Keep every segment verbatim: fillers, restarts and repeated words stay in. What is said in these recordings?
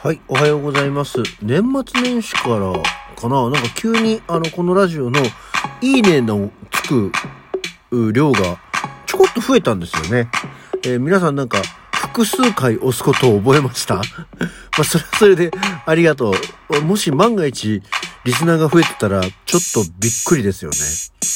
はい、おはようございます。年末年始からかな、なんか急にあのこのラジオのいいねのつく量がちょこっと増えたんですよね。えー、皆さんなんか複数回押すことを覚えましたまあそれはそれでありがとう。もし万が一リスナーが増えてたらちょっとびっくりですよね。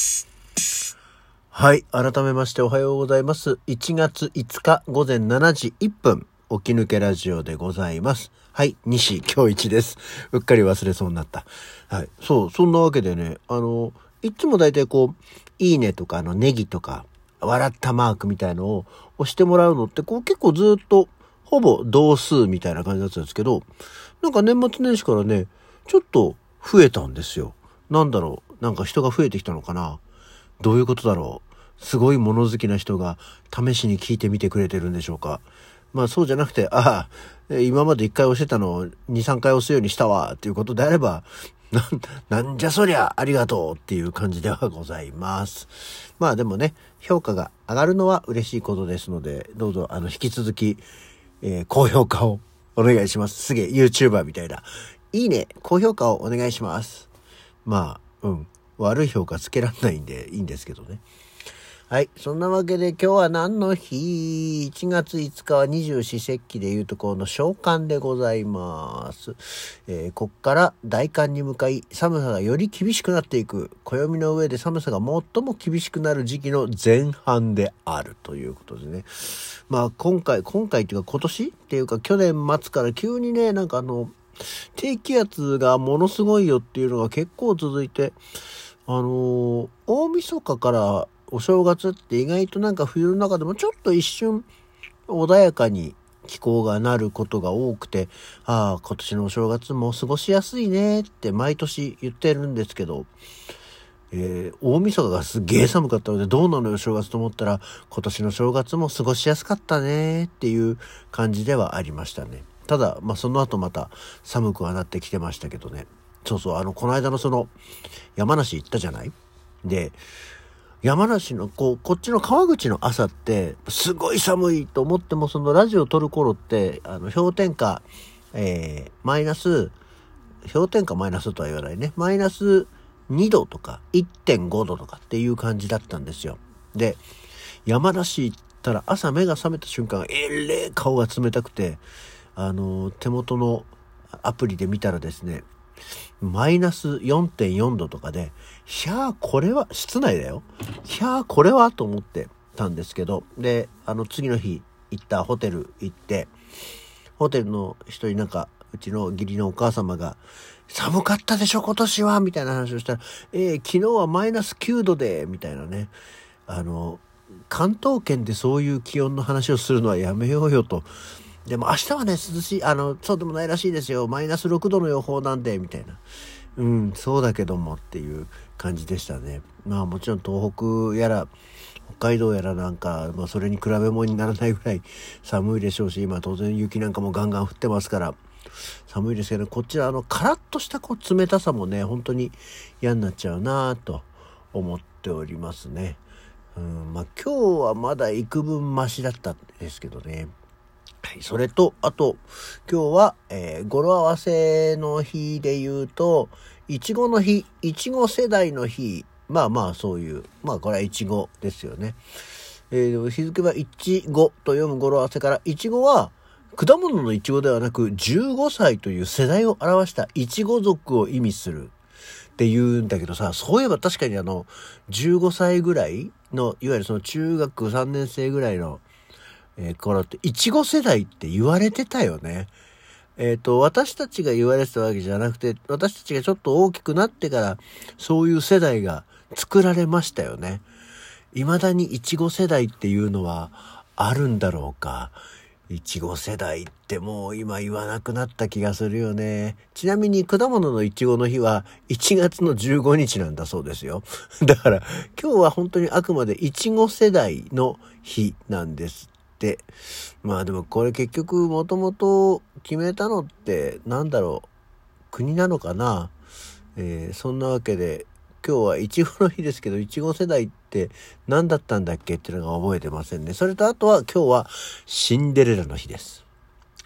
はい、改めましておはようございます。いちがついつか午前しちじいっぷん、起き抜けラジオでございます。はい、西京一です。うっかり忘れそうになった。はい、そう、そんなわけでね、あの、いつもだいたいこう、いいねとか、あの、ネギとか、笑ったマークみたいのを押してもらうのって、こう結構ずっと、ほぼ同数みたいな感じだったんですけど、なんか年末年始からね、ちょっと増えたんですよ。なんだろう、なんか人が増えてきたのかな。どういうことだろう。すごい物好きな人が試しに聞いてみてくれてるんでしょうか。まあそうじゃなくて、ああ、今までいっかい押してたのをに、さんかい押すようにしたわっていうことであれば、な、なんじゃそりゃありがとうっていう感じではございます。まあでもね、評価が上がるのは嬉しいことですので、どうぞあの引き続き、えー、高評価をお願いします。すげえ YouTuber みたいな。いいね、高評価をお願いします。まあ、うん。悪い評価つけらんないんでいいんですけどね。はい。そんなわけで今日は何の日 ?いちがついつかは二十四節気でいうところの小寒でございます。えー、こっから大寒に向かい寒さがより厳しくなっていく。暦の上で寒さが最も厳しくなる時期の前半であるということでね。まあ今回、今回っていうか今年っていうか去年末から急にね、なんかあの、低気圧がものすごいよっていうのが結構続いて、あのー、大晦日からお正月って意外となんか冬の中でもちょっと一瞬穏やかに気候がなることが多くて、ああ、今年のお正月も過ごしやすいねって毎年言ってるんですけど、えー、大晦日がすげえ寒かったのでどうなのよ正月と思ったら今年の正月も過ごしやすかったねっていう感じではありましたね。ただ、まあその後また寒くはなってきてましたけどね。そうそう、あの、この間のその山梨行ったじゃない？で、山梨のこうこっちの川口の朝ってすごい寒いと思っても、そのラジオ撮る頃ってあの氷点下、えー、マイナス氷点下マイナスとは言わないね、マイナスにどとか いってんごどとかっていう感じだったんですよ。で、山梨行ったら朝目が覚めた瞬間えれえ顔が冷たくて、あの手元のアプリで見たらですね、マイナス よんてんよんどとかで、ひゃーこれは、室内だよ。ひゃーこれはと思ってたんですけど、で、あの次の日行ったホテル行って、ホテルの人になんか、うちの義理のお母様が、寒かったでしょ今年はみたいな話をしたら、えー、昨日はマイナスきゅうどで、みたいなね。あの、関東圏でそういう気温の話をするのはやめようよと。でも明日はね、涼しい、あの、そうでもないらしいですよ。マイナスろくどの予報なんで、みたいな。うん、そうだけどもっていう感じでしたね。まあもちろん東北やら、北海道やらなんか、まあそれに比べ物にならないぐらい寒いでしょうし、今当然雪なんかもガンガン降ってますから、寒いですけど、こっちはあの、カラッとしたこう冷たさもね、本当に嫌になっちゃうなと思っておりますね。うん、まあ今日はまだ幾分マシだったんですけどね。はい、それと、あと、今日は、えー、語呂合わせの日で言うと、いちごの日、いちご世代の日、まあまあそういう、まあこれはいちごですよね。えー、日付はいちごと読む語呂合わせから、いちごは果物のいちごではなくじゅうごさいという世代を表したいちご族を意味するって言うんだけどさ、そういえば確かにあの、じゅうごさいぐらいの、いわゆるその中学さんねん生ぐらいのえー、頃っていちご世代って言われてたよね。えっと、私たちが言われてたわけじゃなくて、私たちがちょっと大きくなってからそういう世代が作られましたよね。未だにいちご世代っていうのはあるんだろうか。いちご世代ってもう今言わなくなった気がするよね。ちなみに果物のいちごの日はいちがつのじゅうごにちなんだそうですよ。だから今日は本当にあくまでいちご世代の日なんです。で、まあでもこれ結局もともと決めたのってなんだろう、国なのかな、えー、そんなわけで今日はいちごの日ですけど、いちご世代って何だったんだっけっていうのが覚えてませんね。それとあとは今日はシンデレラの日です。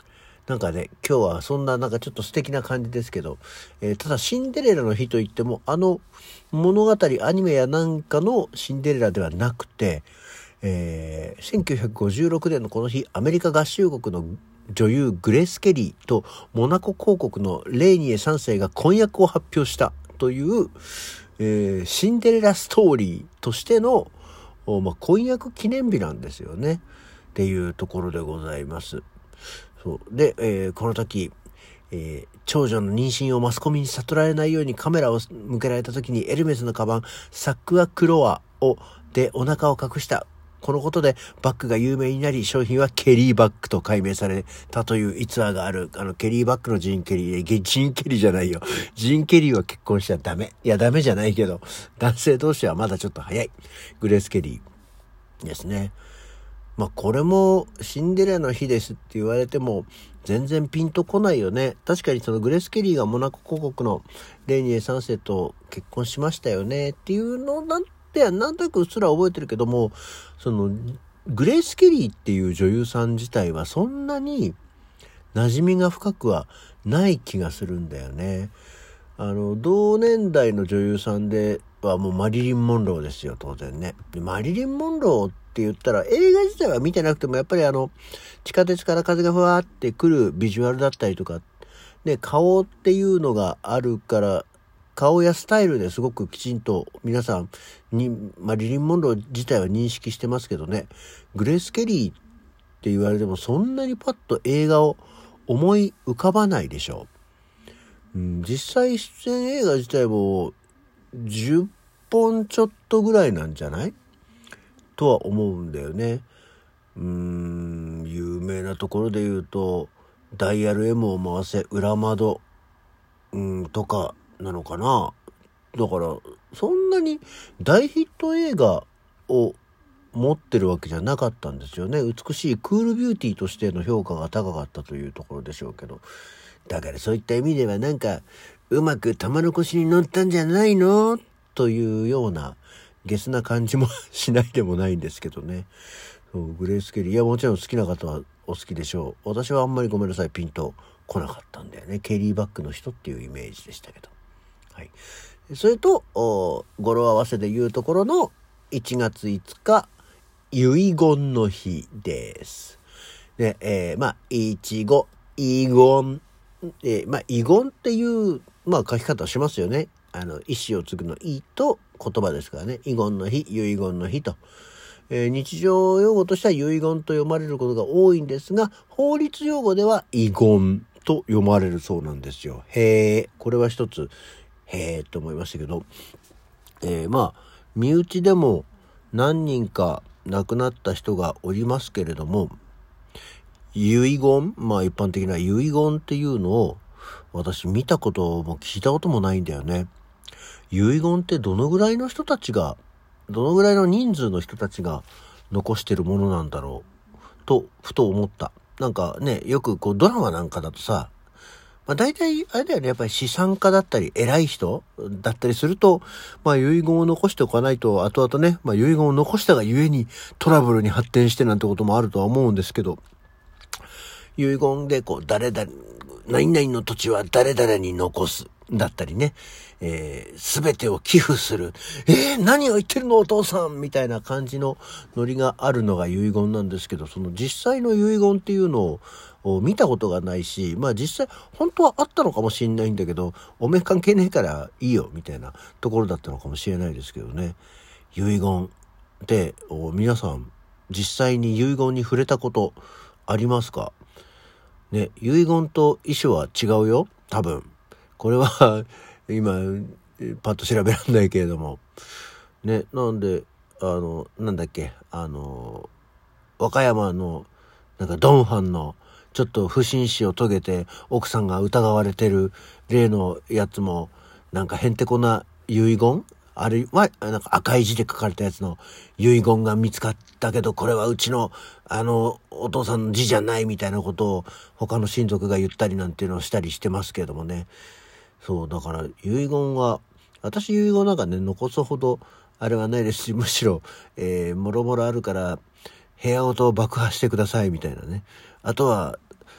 なんかね、今日はそんななんかちょっと素敵な感じですけど、えー、ただシンデレラの日といっても、あの物語、アニメやなんかのシンデレラではなくて、えー、せんきゅうひゃくごじゅうろくねんのこの日、アメリカ合衆国の女優グレース・ケリーとモナコ公国のレーニエさんせいが婚約を発表したという、えー、シンデレラストーリーとしての、まあ、婚約記念日なんですよねっていうところでございます。そうで、えー、この時、えー、長女の妊娠をマスコミに悟られないようにカメラを向けられた時にエルメスのカバンサックアクロアをでお腹を隠した。このことでバッグが有名になり、商品はケリーバッグと改名されたという逸話がある。あのケリーバッグのジーン・ケリー、ジーン・ケリーじゃないよ。ジーン・ケリーは結婚しちゃダメ。いやダメじゃないけど、男性同士はまだちょっと早い。グレース・ケリーですね。まあこれもシンデレラの日ですって言われても全然ピンとこないよね。確かにそのグレース・ケリーがモナコ公国のレーニエさんせいと結婚しましたよねっていうのなんてなんとなくうっすら覚えてるけども、そのグレース・ケリーっていう女優さん自体はそんなに馴染みが深くはない気がするんだよね。あの同年代の女優さんではもうマリリン・モンローですよ、当然ね。マリリン・モンローって言ったら映画自体は見てなくてもやっぱりあの地下鉄から風がふわーってくるビジュアルだったりとかね、顔っていうのがあるから顔やスタイルですごくきちんと皆さんにマリリン・モンロー自体は認識してますけどね、グレース・ケリーって言われてもそんなにパッと映画を思い浮かばないでしょう。うん、実際出演映画自体もじゅっぽんちょっとぐらいなんじゃないとは思うんだよね。うーん、有名なところで言うとダイヤル M を回せ裏窓、うん、とかなのかな。だからそんなに大ヒット映画を持ってるわけじゃなかったんですよね。美しいクールビューティーとしての評価が高かったというところでしょうけど、だからそういった意味ではなんかうまく玉の腰に乗ったんじゃないのというようなゲスな感じもしないでもないんですけどね。そうグレース・ケリー、いやもちろん好きな方はお好きでしょう。私はあんまりごめんなさいピンと来なかったんだよね。ケリーバッグの人っていうイメージでしたけど、はい、それと語呂合わせで言うところのいちがついつか遺言の日です。で、えー、まあいちご遺言、えー、まあ遺言っていうまあ書き方をしますよね。あの意思を継ぐの意と言葉ですからね。遺言の日、遺言の日と、えー、日常用語としては遺言と読まれることが多いんですが、法律用語では遺言と読まれるそうなんですよ。へえ、これは一つへえと思いましたけど、えー、まあ身内でも何人か亡くなった人がおりますけれども、遺言、まあ一般的な遺言っていうのを私見たことも聞いたこともないんだよね。遺言ってどのぐらいの人たちが、どのぐらいの人数の人たちが残してるものなんだろうとふと思った。なんかね、よくこうドラマなんかだとさ、まあ大体あれだよね、やっぱり資産家だったり偉い人だったりすると、まあ遺言を残しておかないと後々ね、まあ遺言を残したがゆえにトラブルに発展してなんてこともあるとは思うんですけど、遺言でこう誰々何々の土地は誰々に残すだったりね、えー、全てを寄付する、えー、何を言ってるのお父さんみたいな感じのノリがあるのが遺言なんですけど、その実際の遺言っていうのを見たことがないし、まあ実際本当はあったのかもしれないんだけど、おめえ関係ねえからいいよみたいなところだったのかもしれないですけどね。遺言って皆さん実際に遺言に触れたことありますかね。遺言と遺書は違うよ多分。これは今パッと調べらんないけれどもね。なんであのなんだっけあの和歌山のなんかドンファンのちょっと不審死を遂げて奥さんが疑われてる例のやつもなんかへんてこな遺言、あるいはなんか赤い字で書かれたやつの遺言が見つかったけど、これはうちのあのお父さんの字じゃないみたいなことを他の親族が言ったりなんていうのをしたりしてますけれどもね。そうだから遺言は私遺言なんかね残すほどあれはないですし、むしろ、えー、もろもろあるから部屋ごと爆破してくださいみたいなね。あとは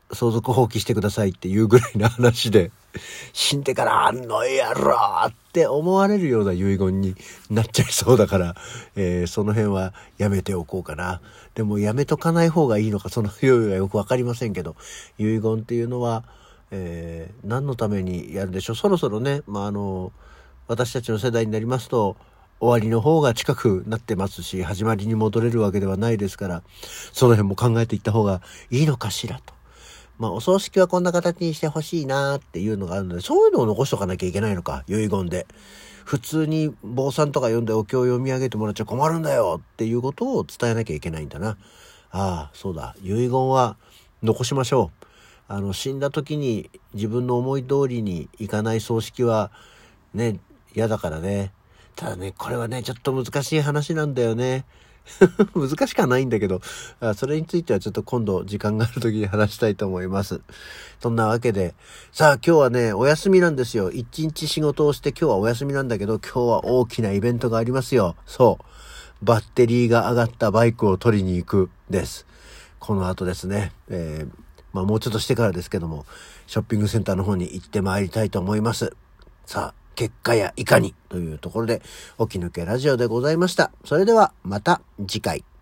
相続放棄してくださいっていうぐらいの話で、死んでからあんのやろって思われるような遺言になっちゃいそうだから、えー、その辺はやめておこうかな。でもやめとかない方がいいのか、その用意がよくわかりませんけど、遺言っていうのは、えー、何のためにやるでしょう。そろそろね、まあ、あの、私たちの世代になりますと、終わりの方が近くなってますし、始まりに戻れるわけではないですから、その辺も考えていった方がいいのかしらと。まあ、お葬式はこんな形にしてほしいなっていうのがあるので、そういうのを残しとかなきゃいけないのか、遺言で。普通に坊さんとか読んでお経を読み上げてもらっちゃ困るんだよっていうことを伝えなきゃいけないんだな。ああ、そうだ。遺言は残しましょう。あの、死んだ時に自分の思い通りにいかない葬式はね、嫌だからね。ただね、これはね、ちょっと難しい話なんだよね。難しくはないんだけど、それについてはちょっと今度時間がある時に話したいと思います。そんなわけで、さあ今日はね、お休みなんですよ。一日仕事をして今日はお休みなんだけど、今日は大きなイベントがありますよ。そう。バッテリーが上がったバイクを取りに行くです。この後ですね、えー、まあもうちょっとしてからですけども、ショッピングセンターの方に行ってまいりたいと思います。さあ、結果やいかにというところで、起き抜けラジオでございました。それではまた次回。